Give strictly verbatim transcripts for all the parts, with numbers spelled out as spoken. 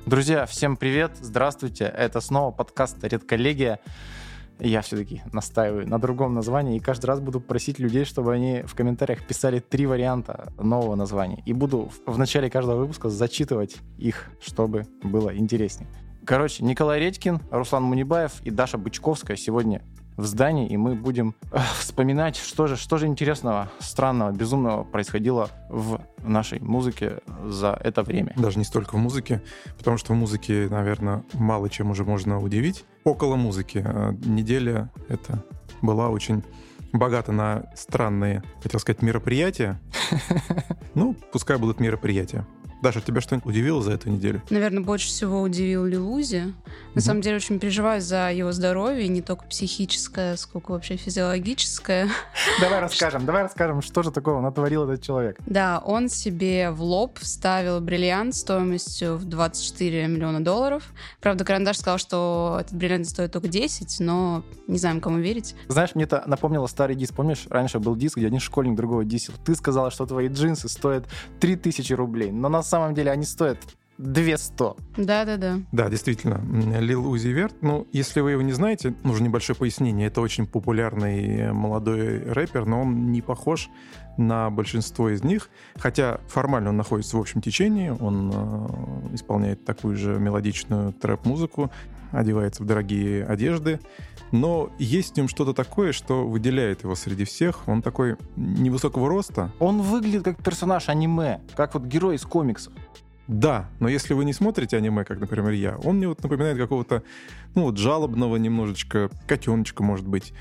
Друзья, всем привет, здравствуйте. Это снова подкаст «Редколлегия». Я все-таки настаиваю на другом названии и каждый раз буду просить людей, чтобы они в комментариях писали три варианта нового названия. И буду в начале каждого выпуска зачитывать их, чтобы было интереснее. Короче, Николай Редькин, Руслан Мунибаев и Даша Бычковская сегодня в здании, и мы будем э, вспоминать, что же, что же интересного, странного, безумного происходило в нашей музыке за это время. Даже не столько в музыке, потому что в музыке, наверное, мало чем уже можно удивить. Около музыки. Неделя эта была очень богата на странные, хотел сказать, мероприятия. Ну, пускай будут мероприятия. Даша, тебя что-нибудь удивило за эту неделю? Наверное, больше всего удивил Лил Узи. На mm-hmm. самом деле, очень переживаю за его здоровье, не только психическое, сколько вообще физиологическое. Давай расскажем, давай расскажем, что же такого натворил этот человек. Да, он себе в лоб вставил бриллиант стоимостью в двадцать четыре миллиона долларов. Правда, Карандаш сказал, что этот бриллиант стоит только десять, но не знаем, кому верить. Знаешь, мне это напомнило старый диск. Помнишь, раньше был диск, где один школьник другого дисел. Ты сказала, что твои джинсы стоят три тысячи рублей, но на самом деле они стоят двести. Да-да-да. Да, действительно. Лил Узи Верт, ну, если вы его не знаете, нужно небольшое пояснение. Это очень популярный молодой рэпер, но он не похож на большинство из них, хотя формально он находится в общем течении, он э, исполняет такую же мелодичную трэп-музыку, одевается в дорогие одежды, но есть в нем что-то такое, что выделяет его среди всех. Он такой невысокого роста. Он выглядит как персонаж аниме, как вот герой из комиксов. Да, но если вы не смотрите аниме, как, например, я, он мне вот напоминает какого-то, ну вот, жалобного немножечко котеночка, может быть.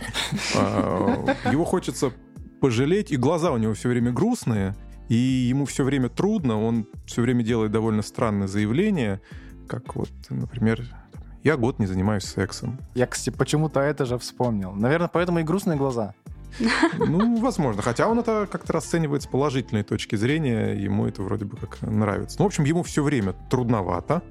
Его хочется пожалеть, и глаза у него все время грустные, и ему все время трудно, он все время делает довольно странные заявления, как вот, например... Я год не занимаюсь сексом. Я, кстати, почему-то это же вспомнил. Наверное, поэтому и грустные глаза. Ну, возможно. Хотя он это как-то расценивает с положительной точки зрения. Ему это вроде бы как нравится. Ну, в общем, ему все время трудновато.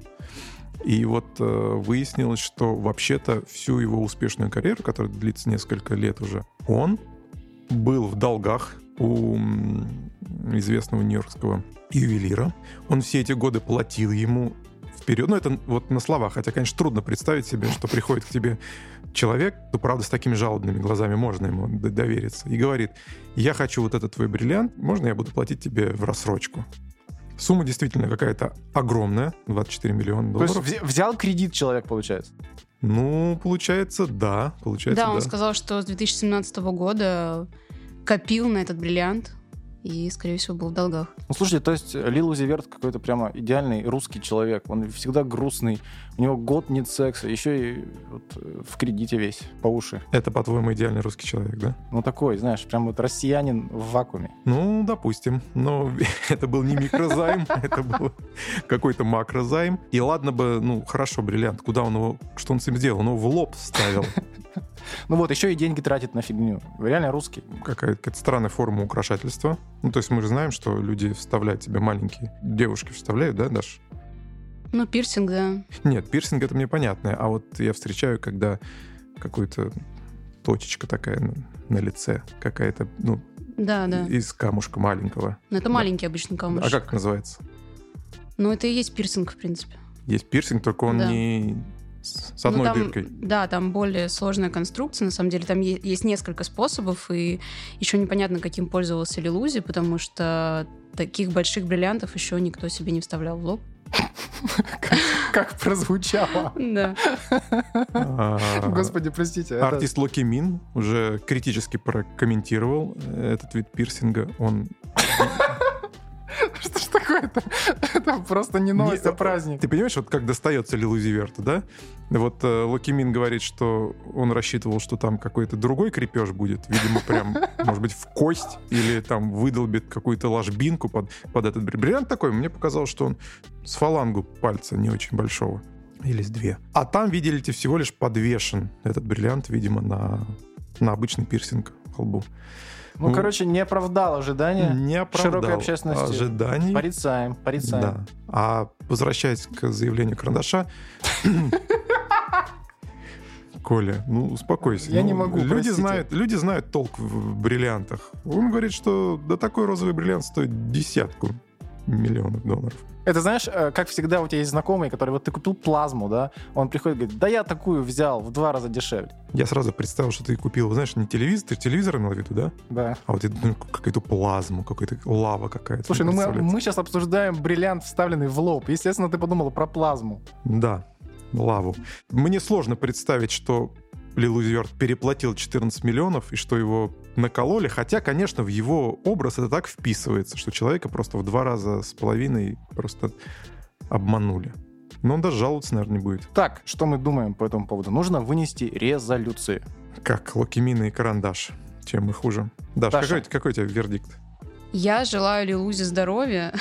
И вот э, выяснилось, что вообще-то всю его успешную карьеру, которая длится несколько лет уже, он был в долгах у известного нью-йоркского ювелира. Он все эти годы платил ему вперед. Ну, это вот на словах. Хотя, конечно, трудно представить себе, что приходит к тебе человек, ну, правда, с такими жалобными глазами можно ему довериться, и говорит: я хочу вот этот твой бриллиант, можно я буду платить тебе в рассрочку? Сумма действительно какая-то огромная, двадцать четыре миллиона долларов. То есть взял кредит человек, получается? Ну, получается, да. Получается, да, он да. сказал, что с две тысячи семнадцатого года копил на этот бриллиант и, скорее всего, был в долгах. Ну, слушайте, то есть Лил Узи Верт какой-то прямо идеальный русский человек. Он всегда грустный, у него год нет секса, еще и вот в кредите весь, по уши. Это, по-твоему, идеальный русский человек, да? Ну, такой, знаешь, прям вот россиянин в вакууме. Ну, допустим. Но это был не микрозайм, это был какой-то макрозайм. И ладно бы, ну, хорошо, бриллиант, куда он его, что он с ним сделал? Он его в лоб вставил. Ну вот, еще и деньги тратит на фигню. Реально русский. Какая-то странная форма украшательства. Ну, то есть мы же знаем, что люди вставляют себе маленькие... Девушки вставляют, да, Даш? Ну, пирсинг, да. Нет, пирсинг — это мне понятно. А вот я встречаю, когда какая-то точечка такая на, на лице, какая-то, ну, да, да. из камушка маленького. Ну, это да. Маленький обычно камушек. А как это называется? Ну, это и есть пирсинг, в принципе. Есть пирсинг, только он да. не... С одной ну, там, дыркой. Да, там более сложная конструкция. На самом деле там е- есть несколько способов, и еще непонятно, каким пользовался Лил Узи, потому что таких больших бриллиантов еще никто себе не вставлял в лоб. Как прозвучало. Да. Господи, простите. Артист Локи Мин уже критически прокомментировал этот вид пирсинга. Он... Что ж такое-то? Это просто не новость, а праздник. Ты понимаешь, вот как достается Лил Узи Верту, да? Вот э, Локи Мин говорит, что он рассчитывал, что там какой-то другой крепеж будет. Видимо, прям, может быть, в кость или там выдолбит какую-то ложбинку под, под этот бриллиант такой. Мне показалось, что он с фалангу пальца не очень большого. Или с две. А там, видите, всего лишь подвешен этот бриллиант, видимо, на, на обычный пирсинг в лбу. Ну, ну, короче, не оправдал ожидания не оправдал широкой общественности. Ожиданий. Порицаем, порицаем. Да. А возвращаясь к заявлению Карандаша... Коля, ну успокойся. Я ну, не могу, люди знают, люди знают толк в бриллиантах. Он говорит, что да такой розовый бриллиант стоит десятку. миллионов долларов. Это, знаешь, как всегда у тебя есть знакомый, который вот ты купил плазму, да, он приходит и говорит, да я такую взял в два раза дешевле. Я сразу представил, что ты купил, знаешь, не телевизор, ты телевизор имел в виду, да? Да. А вот ну, какую-то плазму, какая-то лава какая-то. Слушай, ну мы, мы сейчас обсуждаем бриллиант, вставленный в лоб. Естественно, ты подумал про плазму. Да, лаву. Мне сложно представить, что Лил Узи Верт переплатил четырнадцать миллионов и что его накололи, хотя, конечно, в его образ это так вписывается, что человека просто в два раза с половиной просто обманули. Но он даже жаловаться, наверное, не будет. Так, что мы думаем по этому поводу? Нужно вынести резолюции. Как Локимина и Карандаш. Чем мы хуже. Даш, какой, какой у тебя вердикт? Я желаю Лил Узи здоровья.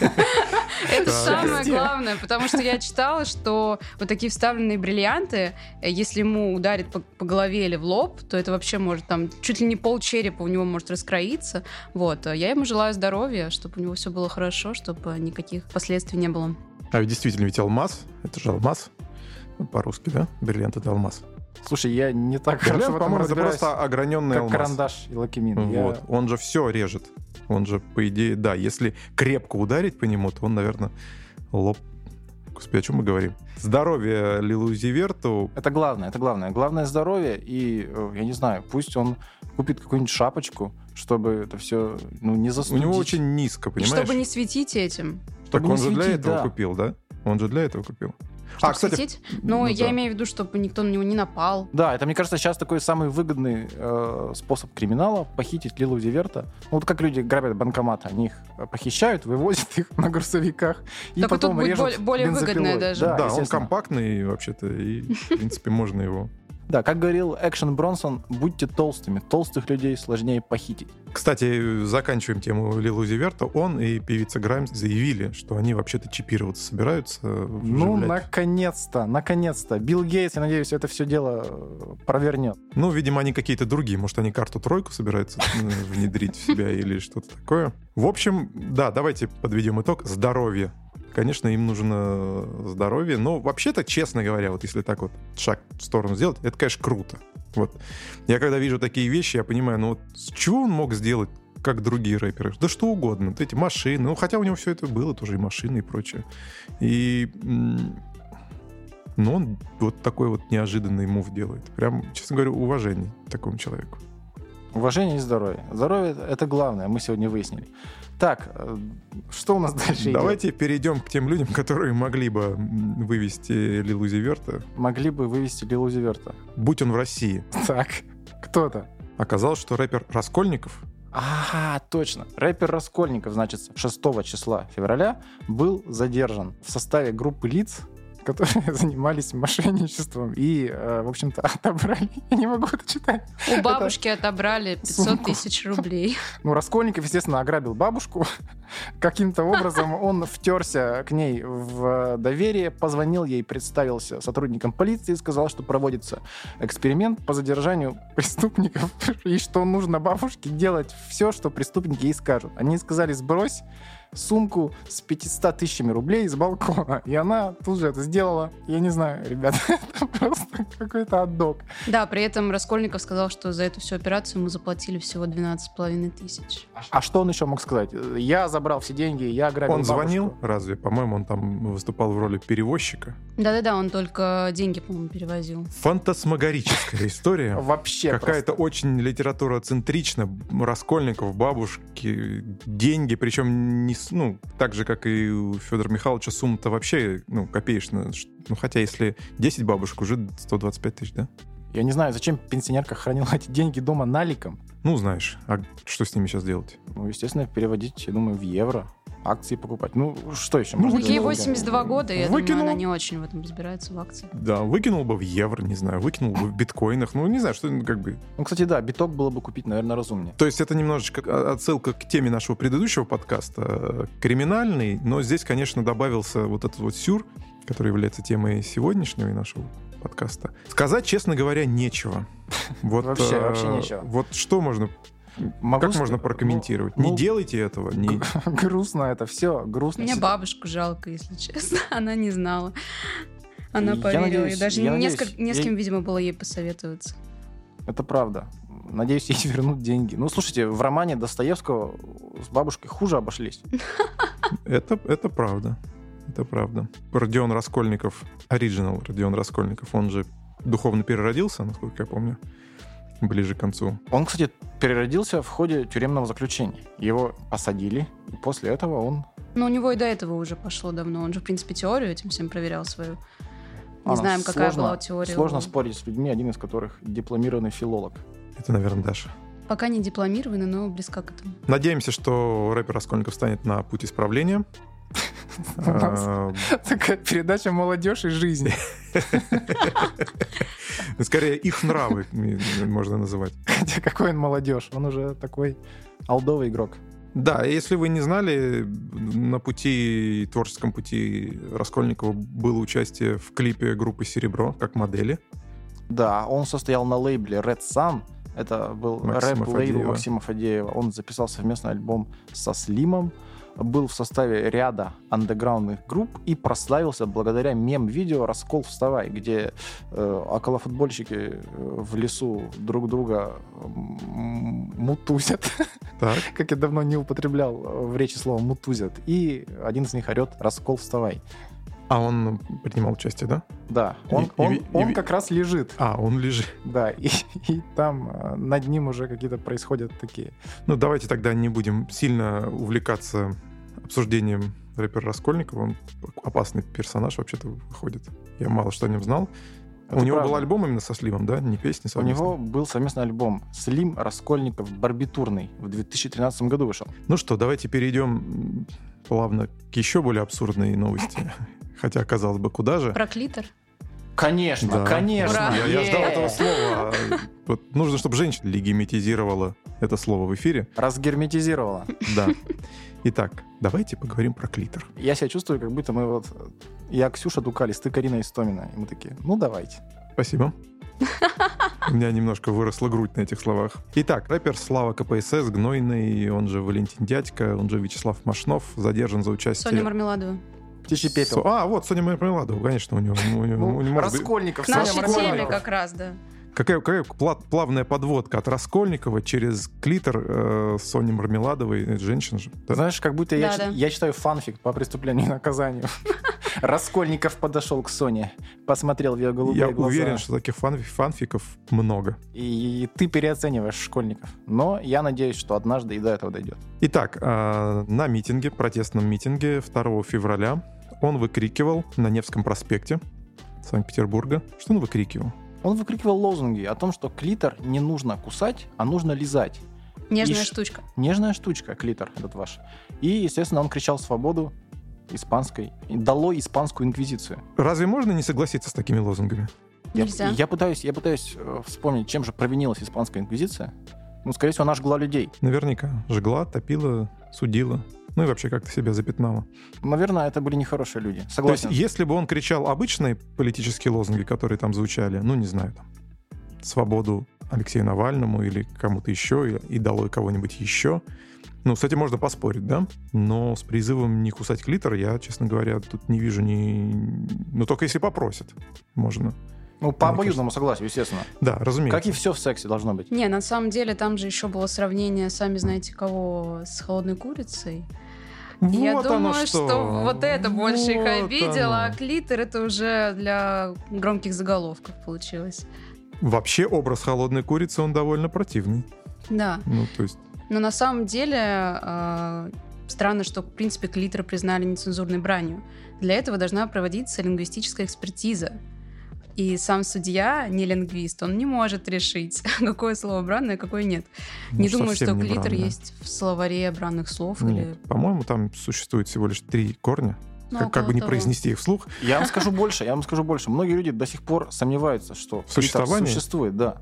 Это самое главное, потому что я читала, что вот такие вставленные бриллианты, если ему ударит по, по голове или в лоб, то это вообще может там чуть ли не пол черепа у него может раскроиться. Вот. Я ему желаю здоровья, чтобы у него все было хорошо, чтобы никаких последствий не было. А ведь действительно, ведь алмаз, это же алмаз. Ну, по-русски, да? Бриллиант — это алмаз. Слушай, я не так Бриллиант, хорошо по-моему, это разбираюсь, просто ограненный как алмаз. Карандаш и Локимин. Вот. Я... Он же все режет. Он же, по идее, да, если крепко ударить по нему, то он, наверное, лоб... Господи, о чем мы говорим? Здоровье Лилу Узи Верту. Это главное, это главное. Главное здоровье, и, я не знаю, пусть он купит какую-нибудь шапочку, чтобы это все ну, не застудить. У него очень низко, понимаешь? Чтобы не светить этим. Так Чтобы он же светить, для этого да. купил, да? Он же для этого купил. Чтобы а, кстати, светить? Но ну, я да. имею в виду, чтобы никто на него не напал. Да, это, мне кажется, сейчас такой самый выгодный э, способ криминала — похитить Лилу Узи Верта. Ну, вот как люди грабят банкоматы, они их похищают, вывозят их на грузовиках и Только потом тут будет режут более, более бензопилой. выгодное даже. Да, Да, он естественно. компактный вообще-то, и, в принципе, можно его... Да, как говорил Экшен Бронсон, будьте толстыми, толстых людей сложнее похитить. Кстати, заканчиваем тему Лил Узи Верта. Он и певица Граймс заявили, что они вообще-то чипироваться собираются. Ну, вживлять. наконец-то, наконец-то. Билл Гейтс, я надеюсь, это все дело э, провернет. Ну, видимо, они какие-то другие. Может, они карту-тройку собираются внедрить в себя или что-то такое. В общем, да, давайте подведем итог. Здоровье. Конечно, им нужно здоровье, но вообще-то, честно говоря, вот если так вот шаг в сторону сделать, это, конечно, круто. Вот. Я когда вижу такие вещи, я понимаю, ну вот с чего он мог сделать, как другие рэперы? Да что угодно. Вот эти машины, ну хотя у него все это было, тоже и машины и прочее. И... Ну, он вот такой вот неожиданный мув делает. Прям, честно говоря, уважение такому человеку. Уважение и здоровье. Здоровье — это главное, мы сегодня выяснили. Так, что у нас дальше Давайте идет? перейдем к тем людям, которые могли бы вывести Лил Узи Верта. Могли бы вывести Лил Узи Верта. Будь он в России. Так, кто-то. Оказалось, что рэпер Раскольников... А, точно. Рэпер Раскольников, значит, шестого числа февраля был задержан в составе группы лиц, которые занимались мошенничеством и, э, в общем-то, отобрали. Я не могу это читать. У бабушки это... отобрали пятьсот тысяч рублей. Ну, Раскольников, естественно, ограбил бабушку. Каким-то образом он втерся к ней в доверие, позвонил ей, представился сотрудником полиции, сказал, что проводится эксперимент по задержанию преступников и что нужно бабушке делать все, что преступники ей скажут. Они сказали: сбрось сумку с пятьюстами тысячами рублей с балкона. И она тут же это сделала. Я не знаю, ребята, это просто какой-то отдок. Да, при этом Раскольников сказал, что за эту всю операцию мы заплатили всего двенадцать с половиной тысяч. А что он еще мог сказать? Я забрал все деньги, я ограбил Он бабушку. звонил? Разве? По-моему, он там выступал в роли перевозчика. Да-да-да, он только деньги, по-моему, перевозил. Фантасмагорическая история. Вообще Какая-то просто. очень литература-центрична. Раскольников, бабушки, деньги, причем не, с- ну, так же, как и у Федора Михайловича, сумма-то вообще, ну, копеечная. Ну, хотя, если десять бабушек, уже сто двадцать пять тысяч, да? Я не знаю, зачем пенсионерка хранила эти деньги дома наликом. Ну, знаешь, а что с ними сейчас делать? Ну, естественно, переводить, я думаю, в евро. Акции покупать. Ну, что еще? Ну, можно выкинул. Ей сделать? восемьдесят два года, я Выкинул. думаю, она не очень в этом разбирается, в акциях. Да, выкинул бы в евро, не знаю, выкинул бы в биткоинах, ну, не знаю, что, ну, как бы... Ну, кстати, да, биток было бы купить, наверное, разумнее. То есть это немножечко отсылка к теме нашего предыдущего подкаста, э, криминальный, но здесь, конечно, добавился вот этот вот сюр, который является темой сегодняшнего нашего подкаста. Сказать, честно говоря, нечего. Вот, Вообще, э, вообще нечего. Вот что можно, Могу как ска- можно прокомментировать? ну, Не ну, делайте этого. Не... Грустно это все, грустно. Мне бабушку жалко, если честно. Она не знала. Она Я поверила. надеюсь- И даже я не, надеюсь, несколько- не с я- кем, видимо, было ей посоветоваться. Это правда. Надеюсь, ей вернут деньги. Ну, слушайте, в романе Достоевского с бабушкой хуже обошлись. Это, это правда. Это правда. Родион Раскольников, оригинал Родион Раскольников, он же духовно переродился, насколько я помню, ближе к концу. Он, кстати, переродился в ходе тюремного заключения. Его посадили, и после этого он... Но у него и до этого уже пошло давно. Он же, в принципе, теорию этим всем проверял свою. Не Она знаем, какая сложно, была теория. Сложно у- спорить с людьми, один из которых дипломированный филолог. Это, наверное, Даша. Пока не дипломированный, но близка к этому. Надеемся, что рэпер Раскольников станет на путь исправления. У нас такая передача «Молодежь и жизнь». Скорее, их нравы можно называть. Хотя какой он молодежь, он уже такой олдовый игрок. Да, если вы не знали, на пути, творческом пути Раскольникова было участие в клипе группы «Серебро» как модели. Да, он состоял на лейбле Red Sun. Это был Максима рэп-лейбл Фадеева. Максима Фадеева. Он записал совместный альбом со Слимом, был в составе ряда андеграундных групп и прославился благодаря мем-видео «Раскол, вставай», где э, околофутбольщики э, в лесу друг друга м- мутузят. Так. Как я давно не употреблял в речи слово «мутузят». И один из них орет «Раскол, вставай». А он принимал участие, да? Да, И- он, и он, ви- и он ви- как раз лежит. А, он лежит. Да, и, и там э, над ним уже какие-то происходят такие. Ну, давайте тогда не будем сильно увлекаться обсуждением рэпера Раскольникова. Он опасный персонаж вообще-то выходит. Я мало что о нем знал. Это У него правда. был альбом именно со Слимом, да? Не песни У совместно? него был совместный альбом «Слим Раскольников Барбитурный» в две тысячи тринадцатом году вышел. Ну что, давайте перейдем м, плавно к еще более абсурдной новости. Хотя, казалось бы, куда же? Про клитор? Конечно, Да. конечно. Ура. Я, я ждал Е-е-е. этого слова. Вот нужно, чтобы женщина легимитизировала это слово в эфире. Разгерметизировала. Да. Итак, давайте поговорим про клитор. Я себя чувствую, как будто мы вот... Я Ксюша Дукалис, ты Карина Истомина. И мы такие, ну давайте. Спасибо. У меня немножко выросла грудь на этих словах. Итак, рэпер Слава КПСС, Гнойный, он же Валентин Дядька, он же Вячеслав Машнов, задержан за участие... Соня Мармеладова. Птичий пепел. Со- А, вот, Соня Мармеладова, конечно, у него. у него- Ну, у него может быть- Раскольников. К нашей Соня теме Мармеладова. как раз, да. Какая, какая пла- плавная подводка от Раскольникова через клитор э, Сони Мармеладовой, это женщина же. Да? Знаешь, как будто я, Да, чит- да. я читаю фанфик по преступлению и наказанию. Раскольников подошел к Соне, посмотрел в ее голубые Я глаза. уверен, что таких фан- фанфиков много. И ты переоцениваешь школьников. Но я надеюсь, что однажды и до этого дойдет. Итак, э, на митинге, протестном митинге второго февраля он выкрикивал на Невском проспекте Санкт-Петербурга. Что он выкрикивал? Он выкрикивал лозунги о том, что клитор не нужно кусать, а нужно лизать. Нежная Иш. штучка. Нежная штучка, клитор этот ваш. И, естественно, он кричал свободу испанской. И дало испанскую инквизицию. Разве можно не согласиться с такими лозунгами? Я, Нельзя. я пытаюсь, я пытаюсь э, вспомнить, чем же провинилась испанская инквизиция. Ну, скорее всего, она жгла людей. Наверняка. Жгла, топила, судила. Ну и вообще как-то себя запятнала. Наверное, это были нехорошие люди. То есть, Согласен. если бы он кричал обычные политические лозунги, которые там звучали, ну, не знаю, там, свободу Алексею Навальному или кому-то еще, и, и долой кого-нибудь еще, ну, с этим можно поспорить, да? Но с призывом не кусать клитор я, честно говоря, тут не вижу ни... Ну, только если попросят, можно. Ну, по Мне обоюдному согласию, естественно. Да, разумеется. Как и все в сексе должно быть. Не, на самом деле там же еще было сравнение, сами знаете кого, с холодной курицей. Вот Я оно думаю, что. вот это больше их Вот обидело, а оно. клитор это уже для громких заголовков получилось. Вообще образ холодной курицы, он довольно противный. Да. Ну, то есть... Но на самом деле э, странно, что, в принципе, клитор признали нецензурной бранью. Для этого должна проводиться лингвистическая экспертиза. И сам судья, не лингвист, он не может решить, какое слово бранное, какое нет. ну, не думаю, совсем что не клитор бранное. есть в словаре бранных слов. Нет, Или... по-моему, там существует всего лишь три корня. Ну, как, как бы около не того. произнести их вслух. Я вам скажу больше, я вам скажу больше. Многие люди до сих пор сомневаются, что клитор Существование? существует, да.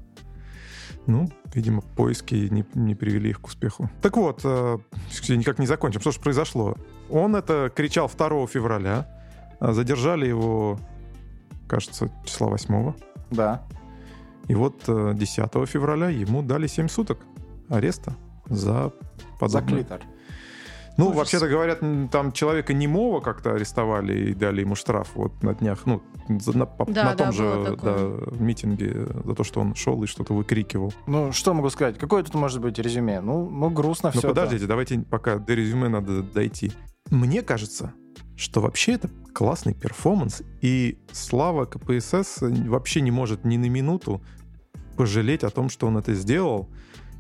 Ну, видимо, поиски не, не привели их к успеху. Так вот, э, никак не закончим. Что же произошло? Он это кричал второго февраля. а Задержали его, кажется, числа восьмого. Да. И вот э, десятого февраля ему дали семь суток ареста за За подобное. клитор. Ну, Ужас. вообще-то говорят, м, там человека немого как-то арестовали и дали ему штраф вот на днях, ну, за- на, по- Да, на том да, же было такое. да, митинге за то, что он шел и что-то выкрикивал. Ну, что могу сказать? Какое тут может быть резюме? Ну, ну грустно Но все. подождите, давайте пока до резюме надо дойти. Мне кажется, что вообще это классный перформанс, и Слава КПСС вообще не может ни на минуту пожалеть о том, что он это сделал,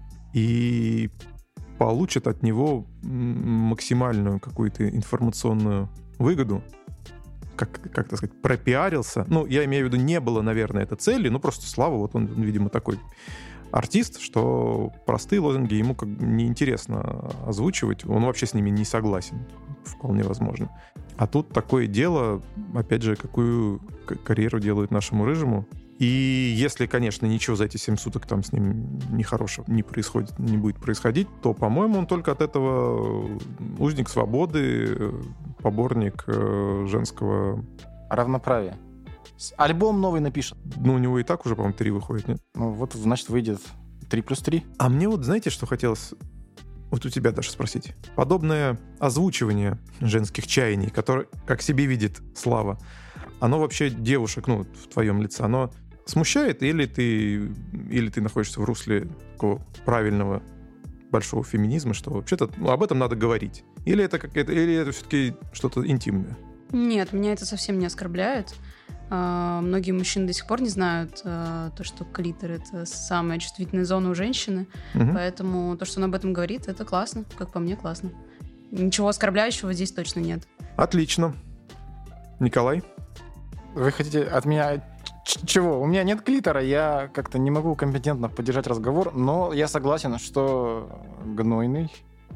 и получит от него максимальную какую-то информационную выгоду. Как, как так сказать, пропиарился. Ну, я имею в виду, не было, наверное, это цели, но просто Слава, вот он, видимо, такой артист, что простые лозунги ему как бы неинтересно озвучивать. Он вообще с ними не согласен. Вполне возможно. А тут такое дело, опять же, какую карьеру делают нашему Рыжему. И если, конечно, ничего за эти семь суток там с ним нехорошего не происходит, не будет происходить, то, по-моему, он только от этого узник свободы, поборник женского... равноправия. Альбом новый напишет. Ну, у него и так уже, по-моему, три выходит, нет? Ну, вот, значит, выйдет три плюс три. А мне вот, знаете, что хотелось вот у тебя даже спросить? Подобное озвучивание женских чаяний, которое, как себе видит Слава, оно вообще девушек, ну, в твоем лице, оно смущает, или ты, или ты находишься в русле такого правильного большого феминизма, что вообще-то ну, об этом надо говорить? Или это, какая-то, или это все-таки что-то интимное? Нет, меня это совсем не оскорбляет. Uh, многие мужчины до сих пор не знают uh, то, что клитор — это самая чувствительная зона у женщины. Угу. Поэтому то, что он об этом говорит, это классно. Как по мне, классно. Ничего оскорбляющего здесь точно нет. Отлично. Николай? Вы хотите от меня... Ч- чего? У меня нет клитора, я как-то не могу компетентно поддержать разговор, но я согласен, что гнойный...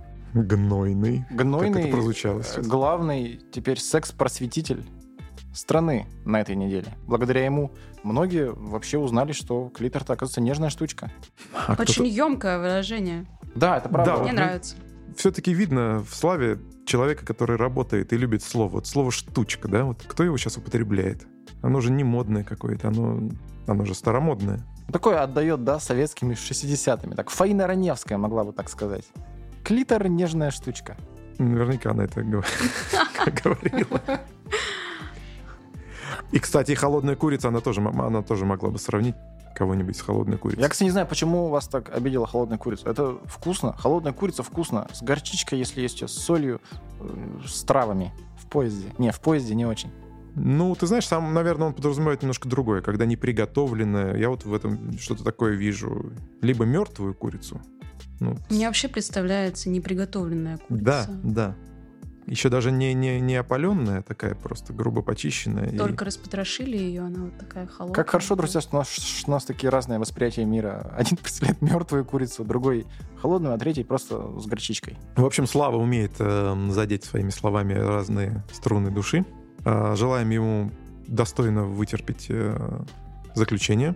Гнойный? Гнойный. Как это прозвучало сейчас? Главный теперь секс-просветитель страны на этой неделе. Благодаря ему многие вообще узнали, что клитор-то, оказывается, нежная штучка. А Очень емкое выражение. Да, это правда. Да, мне вот, нравится. Все-таки видно в Славе человека, который работает и любит слово. Вот слово «штучка», да? Вот кто его сейчас употребляет? Оно же не модное какое-то, оно, оно же старомодное. Такое отдает, да, советскими шестидесятыми. Так, Фаина Раневская могла бы так сказать. Клитор — нежная штучка. Наверняка она это говорила. И, кстати, холодная курица, она тоже, она тоже могла бы сравнить кого-нибудь с холодной курицей. Я, кстати, не знаю, почему вас так обидела холодная курица. Это вкусно. Холодная курица вкусно. С горчичкой, если есть, с солью, с травами. В поезде. Не, в поезде не очень. Ну, ты знаешь, сам, наверное, он подразумевает немножко другое. Когда не приготовленное. Я вот в этом что-то такое вижу. Либо мертвую курицу. Ну, Мне вообще представляется неприготовленная курица. Да, да. Еще даже не, не, не опаленная, такая просто грубо почищенная. Только и... распотрошили ее, она вот такая холодная. Как хорошо, друзья, что у нас, что у нас такие разные восприятия мира. Один представляет мертвую курицу, другой холодную, а третий просто с горчичкой. В общем, Слава умеет э, задеть своими словами разные струны души. Э, желаем ему достойно вытерпеть э, заключение.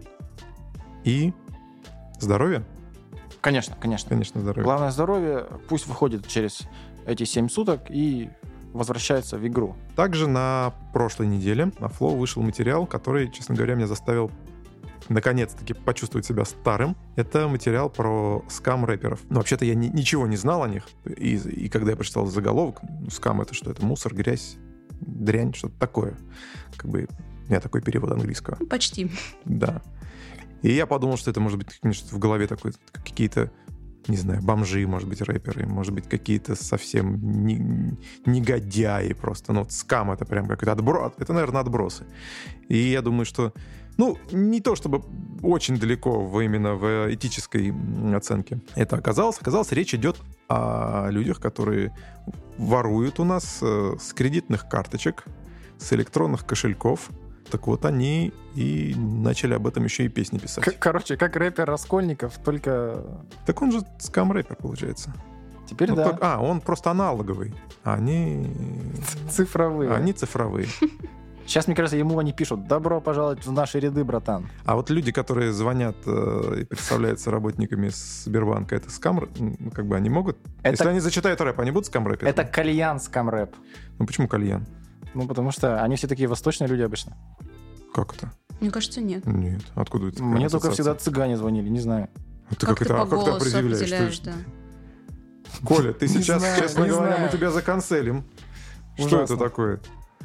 И здоровья. Конечно, конечно. Конечно, здоровья. Главное здоровье. Пусть выходит через эти семь суток и возвращается в игру. Также на прошлой неделе на Flow вышел материал, который, честно говоря, меня заставил наконец-таки почувствовать себя старым. Это материал про скам-рэперов. Но вообще-то я ни, ничего не знал о них. И, и когда я прочитал заголовок, ну, скам — это что? Это мусор, грязь, дрянь, что-то такое. Как бы у меня такой перевод английского. Почти. Да. И я подумал, что это может быть, конечно, в голове такой, какие-то, не знаю, бомжи, может быть, рэперы, может быть, какие-то совсем не, негодяи просто. Ну, вот скам — это прям какой-то отброс. Это, наверное, отбросы. И я думаю, что, ну, не то чтобы очень далеко в, именно в этической оценке это оказалось. Оказалось, речь идет о людях, которые воруют у нас с кредитных карточек, с электронных кошельков. Так вот, они и начали об этом еще и песни писать. К- короче, как рэпер Раскольников, только... Так он же скам-рэпер, получается. Теперь ну, да. Так, а, он просто аналоговый. А они... Цифровые. Они цифровые. Сейчас, мне кажется, ему они пишут: «Добро пожаловать в наши ряды, братан». А вот люди, которые звонят э, и представляются работниками Сбербанка, это скам? Ну, как бы они могут? Это... Если они зачитают рэп, они будут скам-рэперами? Это кальян скам-рэп. Ну, почему кальян? Ну, потому что они все такие восточные люди обычно. Как это? Мне кажется, нет. Нет. Откуда это? Мне только всегда цыгане звонили, не знаю. Ты как, как, ты это, по а как ты голосу определяешь? определяешь, Что, да. Коля, ты Не сейчас, знаю, честно не говоря, знаю. мы тебя заканцелим. Что Ужасно. это такое?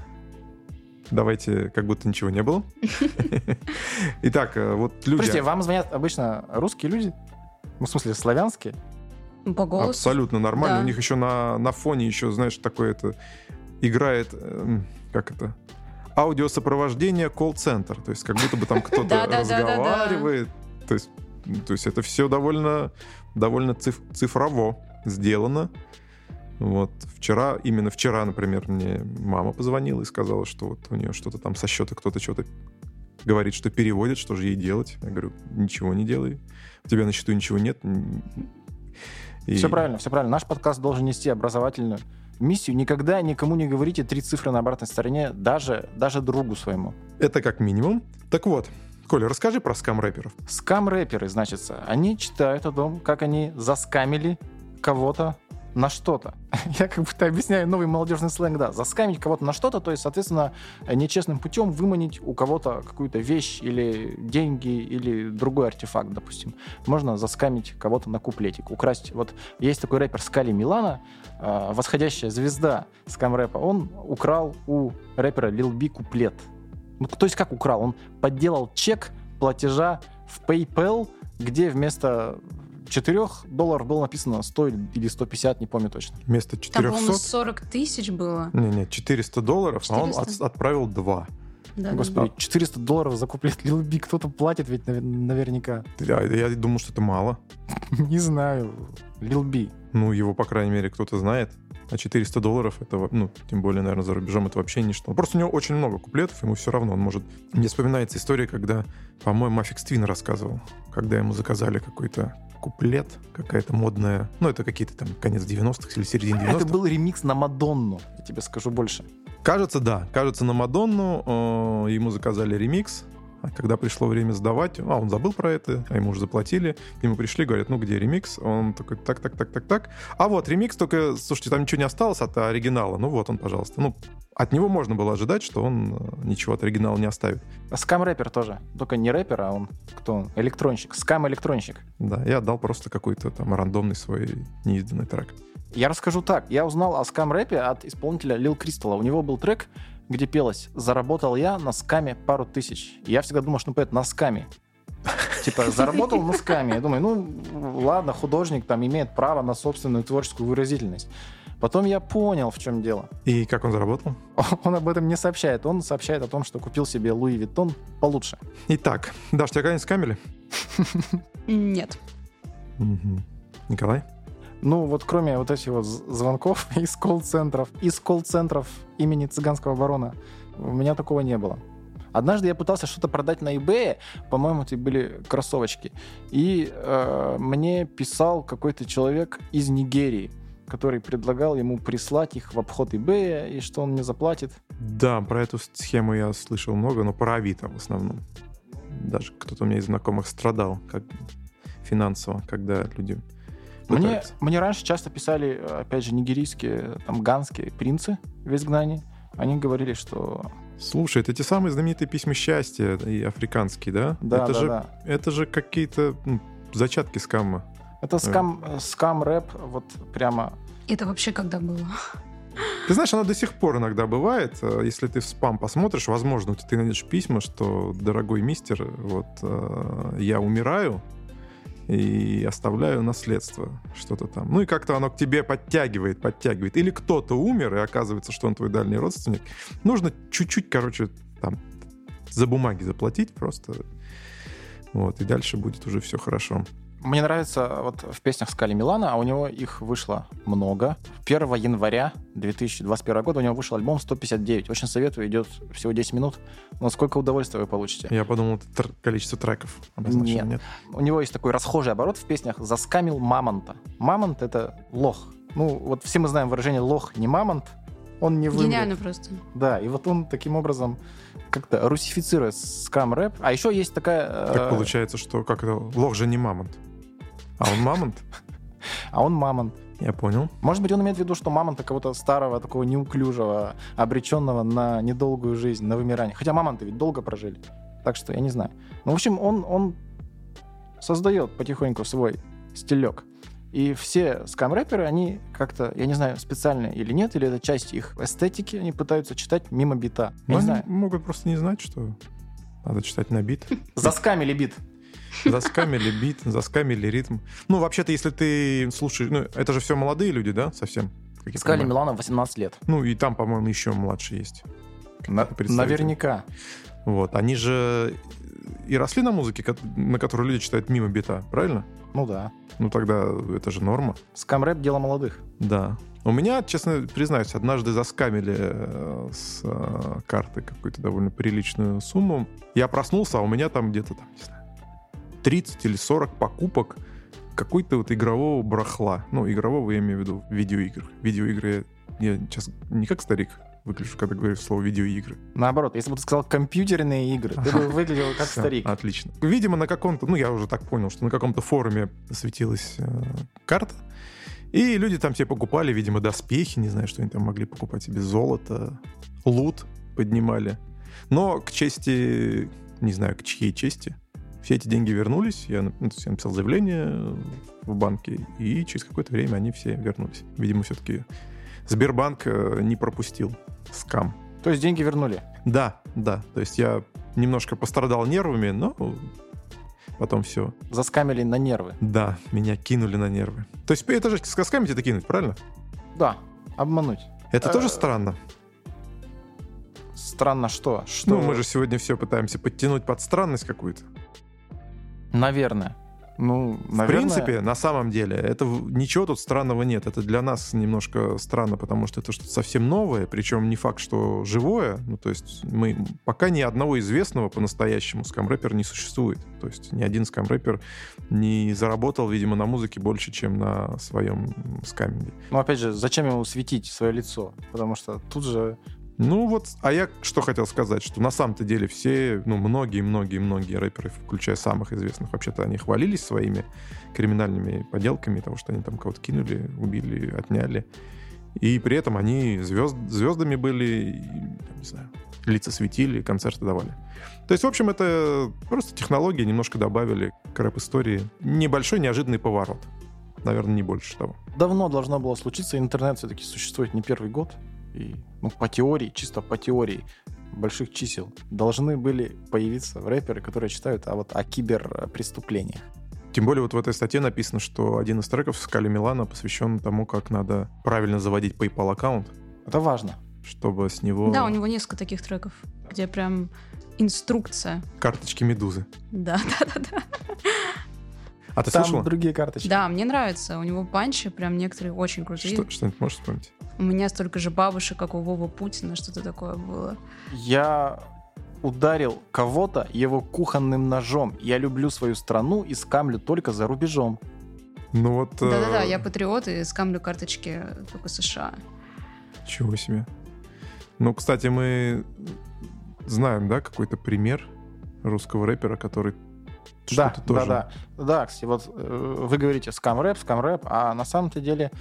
Давайте, как будто ничего не было. Итак, вот люди... Подождите, вам звонят обычно русские люди? Ну, в смысле, славянские? По голосу? Абсолютно нормально. Да. У них еще на, на фоне еще, знаешь, такое это играет, э, как это, аудиосопровождение колл-центр. То есть как будто бы там кто-то разговаривает. То есть, то есть это все довольно, довольно циф- цифрово сделано. Вот. Вчера, именно вчера, например, мне мама позвонила и сказала, что вот у нее что-то там со счета кто-то что-то говорит, что переводит, что же ей делать. Я говорю, ничего не делай. У тебя на счету ничего нет. И... Все правильно, все правильно. Наш подкаст должен нести образовательную миссию. Никогда никому не говорите три цифры на обратной стороне, даже, даже другу своему. Это как минимум. Так вот, Коля, расскажи про скам-рэперов. Скам-рэперы, значит, они читают о том, как они заскамили кого-то на что-то. Я как будто объясняю новый молодежный сленг, да. Заскамить кого-то на что-то, то есть, соответственно, нечестным путем выманить у кого-то какую-то вещь или деньги, или другой артефакт, допустим. Можно заскамить кого-то на куплетик, украсть. Вот есть такой рэпер Скали Милана, э, восходящая звезда скам-рэпа. Он украл у рэпера Lil B куплет. Ну, то есть, как украл? Он подделал чек платежа в PayPal, где вместо четырех долларов было написано сто или сто пятьдесят, не помню точно. Вместо четырехсот... Там, по-моему, сорок тысяч было. Не-не, четыреста долларов, четыреста? а он от, отправил два. Да, Господи, да. четыреста долларов за куплет Lil B кто-то платит ведь навер- наверняка. Я, я думал, что это мало. Не знаю. Lil B. Ну, его, по крайней мере, кто-то знает. А четыреста долларов, это, ну, тем более, наверное, за рубежом, это вообще ничто. Просто у него очень много куплетов, ему все равно. Он может... Мне вспоминается история, когда, по-моему, Аффикс Твин рассказывал, когда ему заказали какой-то куплет, какая-то модная... Ну, это какие-то там конец девяностых или середина девяностых. Это был ремикс на Мадонну, я тебе скажу больше. Кажется, да. Кажется, на Мадонну э, ему заказали ремикс. А когда пришло время сдавать, а он забыл про это, а ему уже заплатили. Ему пришли, говорят, ну где ремикс? Он такой, так, так, так, так, так. А вот ремикс, только, слушайте, там ничего не осталось от оригинала. Ну вот он, пожалуйста. Ну, от него можно было ожидать, что он ничего от оригинала не оставит. Скам-рэпер тоже. Только не рэпер, а он кто он? Электронщик. Скам-электронщик. Да, я отдал просто какой-то там рандомный свой неизданный трек. Я расскажу так. Я узнал о скам-рэпе от исполнителя Lil Crystal. У него был трек, где пелось «Заработал я на скаме пару тысяч». И я всегда думал, что ну, поэт на скаме. Типа, заработал на скаме. Я думаю, ну, ладно, художник там имеет право на собственную творческую выразительность. Потом я понял, в чем дело. И как он заработал? Он об этом не сообщает. Он сообщает о том, что купил себе Луи Виттон получше. Итак, Даш, тебя когда-нибудь скамили? Нет. Угу. Николай? Ну, вот кроме вот этих вот звонков из колл-центров, из колл-центров имени цыганского барона, у меня такого не было. Однажды я пытался что-то продать на eBay, по-моему, это были кроссовочки, и э, мне писал какой-то человек из Нигерии, который предлагал ему прислать их в обход eBay, и что он мне заплатит. Да, про эту схему я слышал много, но про Авито в основном. Даже кто-то у меня из знакомых страдал как финансово, когда люди... Мне, мне раньше часто писали, опять же, нигерийские, там, ганские принцы в изгнании. Они говорили, что... Слушай, это те самые знаменитые письма счастья и африканские, да? Да, это да, же, да. Это же какие-то ну, зачатки скама. Это скам, скам-рэп, вот прямо... Это вообще когда было? Ты знаешь, оно до сих пор иногда бывает. Если ты в спам посмотришь, возможно, ты найдешь письма, что, дорогой мистер, вот я умираю, и оставляю наследство, что-то там. Ну и как-то оно к тебе подтягивает, подтягивает. Или кто-то умер, и оказывается, что он твой дальний родственник. Нужно чуть-чуть, короче, там, за бумаги заплатить просто. Вот, и дальше будет уже все хорошо. Мне нравится вот в песнях Скали Милана, а у него их вышло много. первого января две тысячи двадцать первого года у него вышел альбом сто пятьдесят девять. Очень советую, идет всего десять минут. Но сколько удовольствия вы получите. Я подумал, это тр- количество треков. Нет. Нет. У него есть такой расхожий оборот в песнях «Заскамил мамонта». Мамонт — это лох. Ну, вот все мы знаем выражение «лох не мамонт», он не вымрет. Гениально просто. Да, и вот он таким образом как-то русифицирует скам-рэп. А еще есть такая... Так получается, что как это лох же не мамонт. А он мамонт? А он мамонт. Я понял. Может быть, он имеет в виду, что мамонта кого-то старого, такого неуклюжего, обреченного на недолгую жизнь, на вымирание. Хотя мамонты ведь долго прожили. Так что я не знаю. Ну, в общем, он, он создает потихоньку свой стилек. И все скам-рэперы, они как-то, я не знаю, специально или нет, или это часть их эстетики, они пытаются читать мимо бита. Я Но не они знаю. могут просто не знать, что надо читать на бит. Заскамили бит. Заскамили бит, заскамили ритм. Ну, вообще-то, если ты слушаешь... Ну, это же все молодые люди, да, совсем? Скали Милана восемнадцать лет. Ну, и там, по-моему, еще младше есть. На... Наверняка. Вот. Они же и росли на музыке, на которую люди читают мимо бита, правильно? Ну да. Ну тогда это же норма. Скам-рэп — дело молодых. Да. У меня, честно признаюсь, однажды заскамили с карты какую-то довольно приличную сумму. Я проснулся, а у меня там где-то, там, не знаю, тридцать или сорок покупок какой-то вот игрового барахла. Ну, игрового я имею в виду видеоигр. Видеоигры я сейчас не как старик выгляжу, когда говорю слово видеоигры. Наоборот, если бы ты сказал компьютерные игры, ты бы выглядел как старик. Отлично. Видимо, на каком-то, ну, я уже так понял, что на каком-то форуме светилась э, карта, и люди там себе покупали, видимо, доспехи, не знаю, что они там могли покупать себе, золото, лут поднимали. Но к чести, не знаю, к чьей чести, все эти деньги вернулись, я, ну, я написал заявление в банке, и через какое-то время они все вернулись. Видимо, все-таки Сбербанк не пропустил скам. То есть деньги вернули? Да, да. То есть я немножко пострадал нервами, но потом все. Заскамили на нервы? Да, меня кинули на нервы. То есть это же скамить это кинуть, правильно? Да, обмануть. Это тоже странно? Странно что? Что? Ну, мы же сегодня все пытаемся подтянуть под странность какую-то. Наверное. Ну, наверное... В принципе, на самом деле, это ничего тут странного нет. Это для нас немножко странно, потому что это что-то совсем новое, причем не факт, что живое. Ну, то есть мы пока ни одного известного по-настоящему скам-рэпера не существует. То есть ни один скам-рэпер не заработал, видимо, на музыке больше, чем на своем скаминге. Ну, опять же, зачем ему светить свое лицо? Потому что тут же... Ну вот, а я что хотел сказать, что на самом-то деле все, ну, многие-многие-многие рэперы, включая самых известных, вообще-то они хвалились своими криминальными поделками, того, что они там кого-то кинули, убили, отняли. И при этом они звезд, звездами были, и, не знаю, лица светили, концерты давали. То есть, в общем, это просто технологии немножко добавили к рэп-истории. Небольшой неожиданный поворот. Наверное, не больше того. Давно должно было случиться. Интернет все-таки существует не первый год. И, ну, по теории, чисто по теории больших чисел должны были появиться рэперы, которые читают а вот о киберпреступлениях. Тем более вот в этой статье написано, что один из треков Скали Милана посвящен тому, как надо правильно заводить PayPal-аккаунт. Это важно. Чтобы с него... Да, у него несколько таких треков, где прям инструкция. Карточки Медузы. Да, да, да, да. А ты Там слышала? Другие карточки. Да, мне нравится. У него панчи прям некоторые очень крутые. Что, что-нибудь можешь вспомнить? У меня столько же бабушек, как у Вовы Путина, что-то такое было. Я ударил кого-то его кухонным ножом. Я люблю свою страну и скамлю только за рубежом. Ну вот... Да-да-да, э... я патриот и скамлю карточки только США. Чего себе. Ну, кстати, мы знаем, да, какой-то пример русского рэпера, который Да, что-то тоже... да, да. Да, кстати, вот э, вы говорите скам-рэп, скам-рэп, а на самом-то деле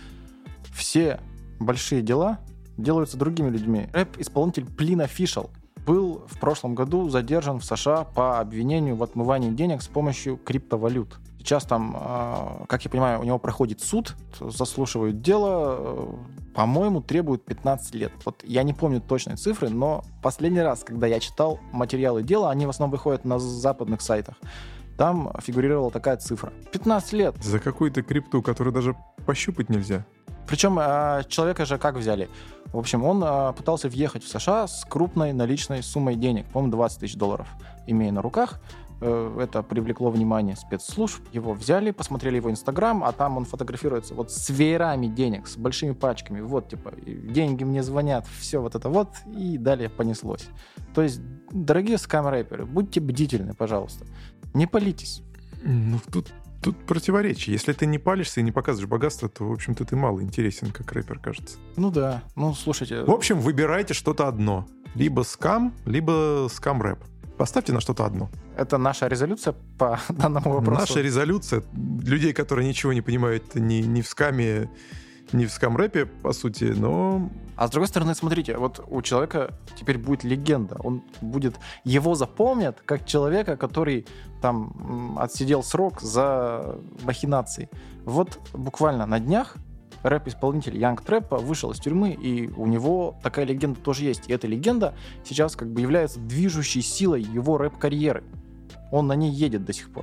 все большие дела делаются другими людьми. Рэп-исполнитель Plin Official был в прошлом году задержан в США по обвинению в отмывании денег с помощью криптовалют. Сейчас там, э, как я понимаю, у него проходит суд, заслушивают дело, э, по-моему, требуют пятнадцать лет. Вот я не помню точной цифры, но последний раз, когда я читал материалы дела, они в основном выходят на западных сайтах, там фигурировала такая цифра. пятнадцать лет. За какую-то крипту, которую даже пощупать нельзя. Причем э, человека же как взяли? В общем, он э, пытался въехать в США с крупной наличной суммой денег, по-моему, двадцать тысяч долларов, имея на руках. Э, это привлекло внимание спецслужб. Его взяли, посмотрели его Инстаграм, а там он фотографируется вот с веерами денег, с большими пачками. Вот, типа, деньги мне звонят, все вот это вот, и далее понеслось. То есть, дорогие скам-рэперы, будьте бдительны, пожалуйста. Не палитесь. Ну, тут, тут противоречие. Если ты не палишься и не показываешь богатство, то, в общем-то, ты мало интересен, как рэпер, кажется. Ну да, ну слушайте... В общем, выбирайте что-то одно. Либо скам, либо скам-рэп. Поставьте на что-то одно. Это наша резолюция по данному вопросу? Наша резолюция. Людей, которые ничего не понимают ни, ни в скаме, ни в скам-рэпе, по сути, но... А с другой стороны, смотрите, вот у человека теперь будет легенда. Он будет... Его запомнят как человека, который там отсидел срок за махинации. Вот буквально на днях рэп-исполнитель Young Trap вышел из тюрьмы, и у него такая легенда тоже есть. И эта легенда сейчас как бы является движущей силой его рэп-карьеры. Он на ней едет до сих пор.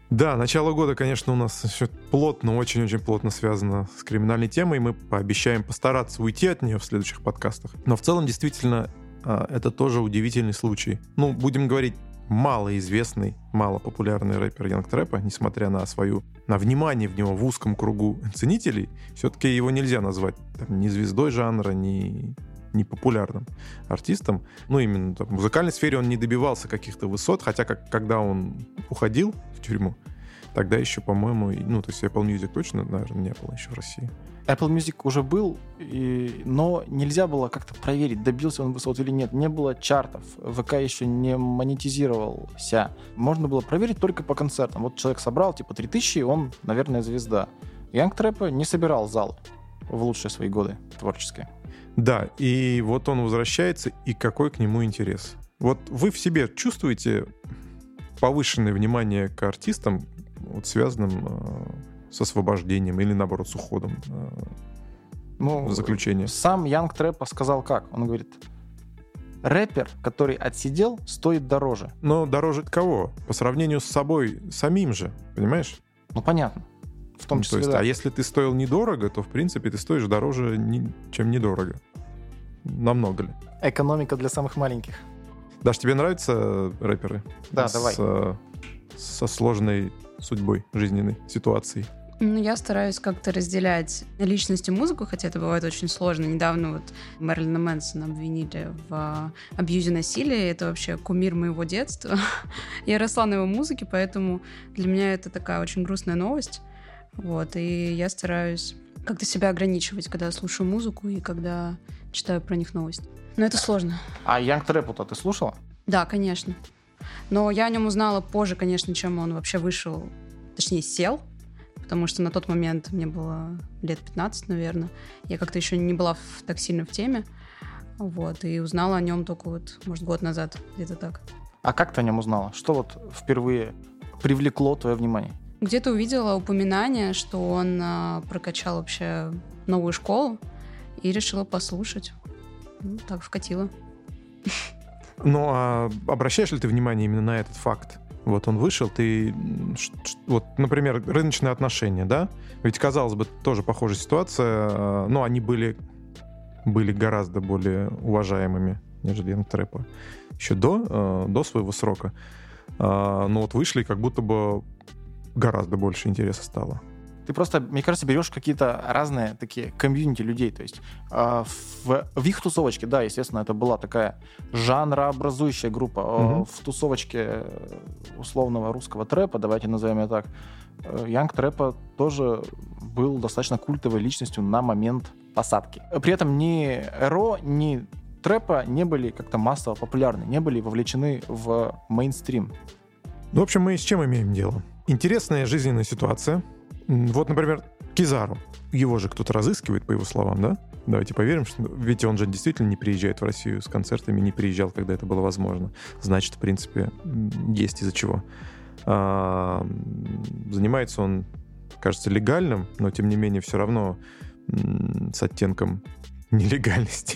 Да, начало года, конечно, у нас еще плотно, очень-очень плотно связано с криминальной темой. Мы пообещаем постараться уйти от нее в следующих подкастах. Но в целом, действительно, это тоже удивительный случай. Ну, будем говорить, малоизвестный, малопопулярный рэпер Young Trap, несмотря на свою, на внимание в него в узком кругу ценителей, все-таки его нельзя назвать там, ни звездой жанра, ни, ни популярным артистом. Ну, именно там, в музыкальной сфере он не добивался каких-то высот, хотя как, когда он уходил в тюрьму, тогда еще, по-моему, ну, то есть Apple Music точно, наверное, не было еще в России. Apple Music уже был, и... но нельзя было как-то проверить, добился он высот или нет. Не было чартов, ВК еще не монетизировался. Можно было проверить только по концертам. Вот человек собрал типа три тысячи, он, наверное, звезда. Young Trap не собирал залы в лучшие свои годы творческие. Да, и вот он возвращается, и какой к нему интерес. Вот вы в себе чувствуете повышенное внимание к артистам, вот, связанным э, с освобождением или, наоборот, с уходом э, ну, в заключение? Сам Young Trap сказал как? Он говорит, рэпер, который отсидел, стоит дороже. Но дороже от кого? По сравнению с собой самим же, понимаешь? Ну, понятно. В том числе, ну, то есть, да. А если ты стоил недорого, то, в принципе, ты стоишь дороже, чем недорого. Намного ли? Экономика для самых маленьких. Даш, тебе нравятся рэперы? Да, с, давай. Со сложной судьбой, жизненной ситуацией? Ну, я стараюсь как-то разделять личность и музыку, хотя это бывает очень сложно. Недавно вот Мэрилина Мэнсона обвинили в абьюзе насилия. Это вообще кумир моего детства. Я росла на его музыке, поэтому для меня это такая очень грустная новость. Вот, и я стараюсь как-то себя ограничивать, когда слушаю музыку и когда читаю про них новости. Но это сложно. А Young Trap-то ты слушала? Да, конечно. Но я о нем узнала позже, конечно, чем он вообще вышел, точнее, сел, потому что на тот момент мне было лет пятнадцать, наверное. Я как-то еще не была в, так сильно в теме. Вот, и узнала о нем только вот, может, год назад, где-то так. А как ты о нем узнала? Что вот впервые привлекло твое внимание? Где-то увидела упоминание, что он а, прокачал вообще новую школу, и решила послушать. Ну, так вкатила. Ну, а обращаешь ли ты внимание именно на этот факт? Вот он вышел, ты... Вот, например, рыночные отношения, да? Ведь, казалось бы, тоже похожая ситуация, но они были, были гораздо более уважаемыми, нежели Young Trap. Еще до, до своего срока. Но вот вышли, как будто бы гораздо больше интереса стало. Ты просто, мне кажется, берешь какие-то разные такие комьюнити людей. То есть э, в, в их тусовочке, да, естественно, это была такая жанрообразующая группа. Mm-hmm. В тусовочке условного русского трэпа, давайте назовем ее так, Young Trap тоже был достаточно культовой личностью на момент посадки. При этом ни РО, ни трэпа не были как-то массово популярны, не были вовлечены в мейнстрим. Ну, в общем, мы с чем имеем дело? Интересная жизненная ситуация. Вот, например, Кизару. Его же кто-то разыскивает, по его словам, да? Давайте поверим, что... Ведь он же действительно не приезжает в Россию с концертами, не приезжал, когда это было возможно. Значит, в принципе, есть из-за чего. А... Занимается он, кажется, легальным, но, тем не менее, все равно с оттенком нелегальности.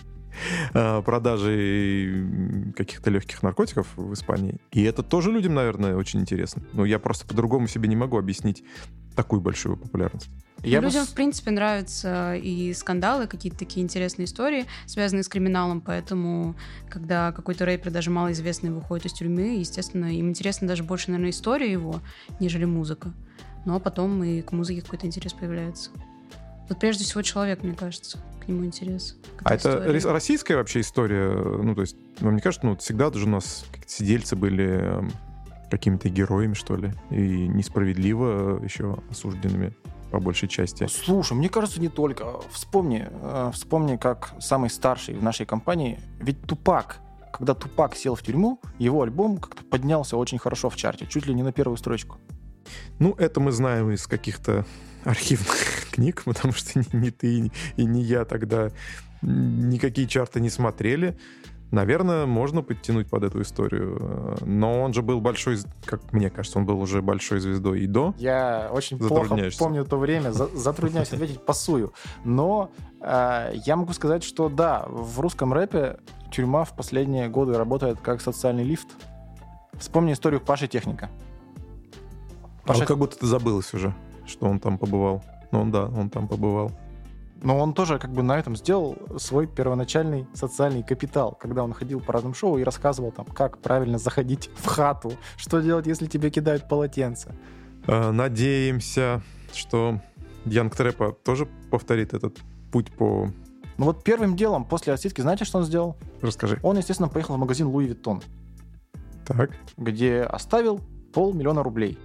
Продажи каких-то легких наркотиков в Испании. И это тоже людям, наверное, очень интересно. Но я просто по-другому себе не могу объяснить такую большую популярность. Я людям, бы... в принципе, нравятся и скандалы, какие-то такие интересные истории, связанные с криминалом, поэтому, когда какой-то рэпер, даже малоизвестный, выходит из тюрьмы, естественно, им интересно даже больше, наверное, история его, нежели музыка. Ну, а потом и к музыке какой-то интерес появляется. Вот прежде всего человек, мне кажется, к нему интерес. А это история. Российская вообще история? Ну, то есть, вам не кажется, ну, всегда же у нас сидельцы были какими-то героями, что ли, и несправедливо еще осужденными по большей части. Слушай, мне кажется, не только. Вспомни, вспомни, как самый старший в нашей компании, ведь Тупак, когда Тупак сел в тюрьму, его альбом как-то поднялся очень хорошо в чарте, чуть ли не на первую строчку. Ну, это мы знаем из каких-то архивных книг, потому что ни, ни ты и ни я тогда никакие чарты не смотрели. Наверное, можно подтянуть под эту историю. Но он же был большой, как мне кажется, он был уже большой звездой и до. Я очень плохо помню то время, затрудняюсь ответить, пасую. Но э, я могу сказать, что да, в русском рэпе тюрьма в последние годы работает как социальный лифт. Вспомни историю Паши Техника. А вот как будто ты забылось уже, что он там побывал. Ну, он, да, он там побывал. Но он тоже как бы на этом сделал свой первоначальный социальный капитал, когда он ходил по разным шоу и рассказывал там, как правильно заходить в хату, что делать, если тебе кидают полотенце. Надеемся, что Янг Трэпа тоже повторит этот путь по... Ну вот первым делом после отсидки, знаете, что он сделал? Расскажи. Он, естественно, поехал в магазин Луи Виттон, так. где оставил полмиллиона рублей.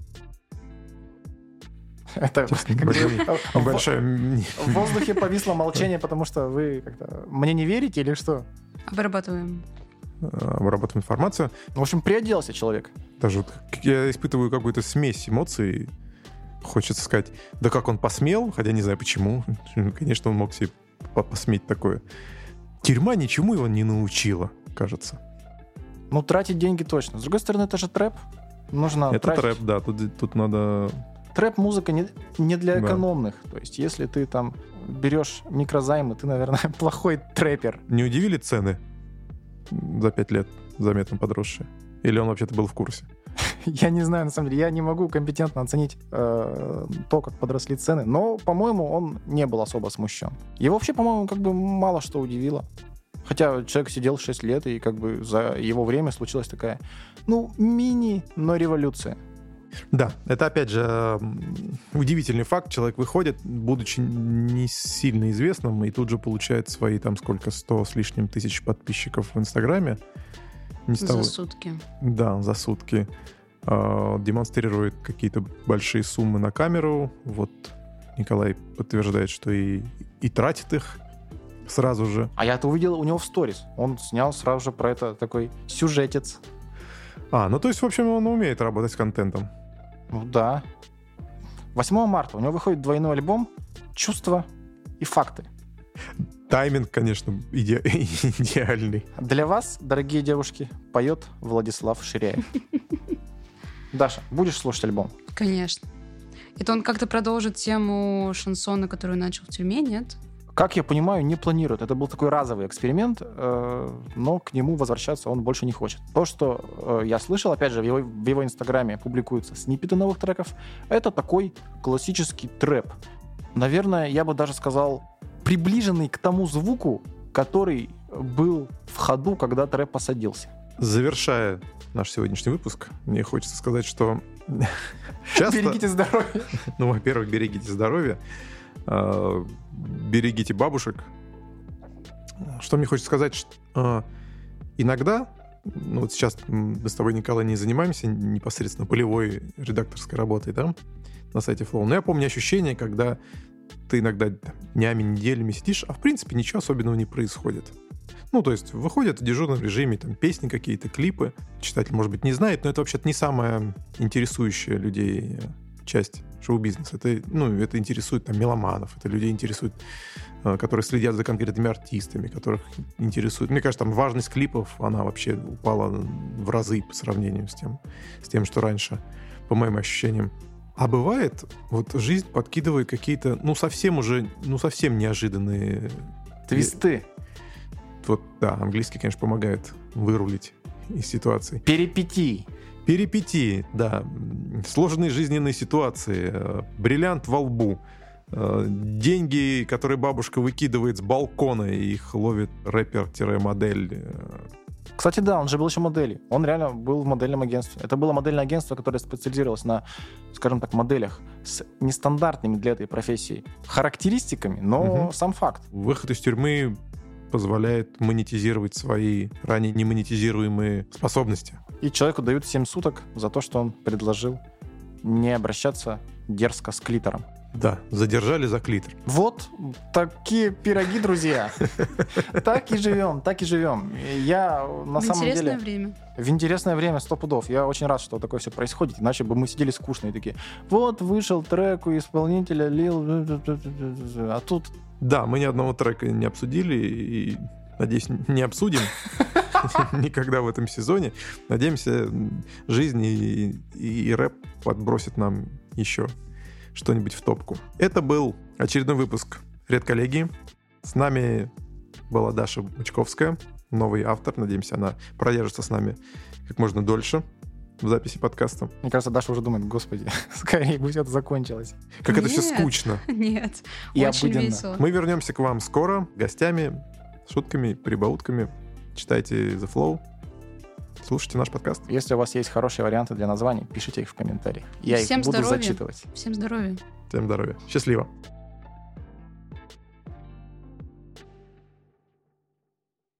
Это небольшое... В воздухе повисло молчание, потому что вы как-то мне не верите или что? Обрабатываем. Обрабатываем информацию. В общем, приоделся человек. Даже вот я испытываю какую-то смесь эмоций. Хочется сказать, да как он посмел, хотя не знаю почему. Конечно, он мог себе посметь такое. Тюрьма ничему его не научила, кажется. Ну, тратить деньги точно. С другой стороны, это же трэп. Нужно Это тратить. трэп, да. Тут, тут надо... Трэп-музыка не, не для Да. экономных. То есть, если ты там берешь микрозаймы, ты, наверное, плохой трэпер. Не удивили цены за пять лет заметно подросшие? Или он вообще-то был в курсе? Я не знаю, на самом деле, я не могу компетентно оценить э, то, как подросли цены, но, по-моему, он не был особо смущен. Его вообще, по-моему, как бы мало что удивило. Хотя человек сидел шесть лет, и как бы за его время случилась такая, ну, мини, но революция. Да, это опять же м, удивительный факт. Человек выходит, будучи не сильно известным, и тут же получает свои там сколько, сто с лишним тысяч подписчиков в Инстаграме. Не с За того- сутки. Да, за сутки. Э, демонстрирует какие-то большие суммы на камеру. Вот Николай подтверждает, что и, и тратит их сразу же. А я это увидел у него в сторис. Он снял сразу же про это такой сюжетец. А, ну то есть, в общем, он умеет работать с контентом. Ну да. восьмого марта у него выходит двойной альбом «Чувства и факты». Тайминг, конечно, иде- идеальный. Для вас, дорогие девушки, поет Владислав Ширяев. Даша, будешь слушать альбом? Конечно. Это он как-то продолжит тему шансона, которую начал в тюрьме, нет? Как я понимаю, не планирует. Это был такой разовый эксперимент, э, но к нему возвращаться он больше не хочет. То, что э, я слышал, опять же, в его, в его инстаграме публикуются сниппеты новых треков, это такой классический трэп. Наверное, я бы даже сказал, приближенный к тому звуку, который был в ходу, когда трэп посадился. Завершая наш сегодняшний выпуск, мне хочется сказать, что часто... Берегите здоровье. Ну, во-первых, берегите здоровье, э, берегите бабушек. Что мне хочется сказать, что э, иногда, ну вот сейчас мы с тобой, Николай, не занимаемся непосредственно полевой редакторской работой, да, на сайте Flow, но я помню ощущение, когда ты иногда там, днями, неделями сидишь, а в принципе ничего особенного не происходит. Ну, то есть выходят в дежурном режиме там песни какие-то, клипы. Читатель, может быть, не знает, но это вообще-то не самая интересующая людей часть шоу-бизнеса. Это, ну, это интересует там меломанов, это людей интересует, которые следят за конкретными артистами, которых интересует... Мне кажется, там важность клипов, она вообще упала в разы по сравнению с тем, с тем, что раньше, по моим ощущениям. А бывает, вот жизнь подкидывает какие-то, ну, совсем уже, ну, совсем неожиданные... Твисты. Вот, да, английский, конечно, помогает вырулить из ситуации. Перипетии. Перипетии, да. Сложные жизненные ситуации. Бриллиант во лбу. Деньги, которые бабушка выкидывает с балкона, и их ловит рэпер-модель. Кстати, да, он же был еще моделью. Он реально был в модельном агентстве. Это было модельное агентство, которое специализировалось на, скажем так, моделях с нестандартными для этой профессии характеристиками, но Угу. сам факт. Выход из тюрьмы позволяет монетизировать свои ранее не монетизируемые способности. И человеку дают семь суток за то, что он предложил не обращаться дерзко с клитором. Да, задержали за клитор. Вот такие пироги, друзья. Так и живем, так и живем. Я на В самом интересное деле... время. В интересное время, сто пудов. Я очень рад, что такое все происходит, иначе бы мы сидели скучные такие. Вот вышел трек у исполнителя Лил, а тут... Да, мы ни одного трека не обсудили и, надеюсь, не обсудим никогда в этом сезоне. Надеемся, жизнь и, и, и рэп подбросит нам еще что-нибудь в топку. Это был очередной выпуск «Редколлегии». С нами была Даша Бычковская, новый автор. Надеемся, она продержится с нами как можно дольше. в записи подкаста. Мне кажется, Даша уже думает, господи, скорее пусть это закончилось. Как это все Нет. скучно. Нет, И очень обыденно. весело. Мы вернемся к вам скоро, гостями, шутками, прибаутками. Читайте The Flow, слушайте наш подкаст. Если у вас есть хорошие варианты для названий, пишите их в комментариях. Я Всем их буду здоровья. зачитывать. Всем здоровья. Всем здоровья. Счастливо.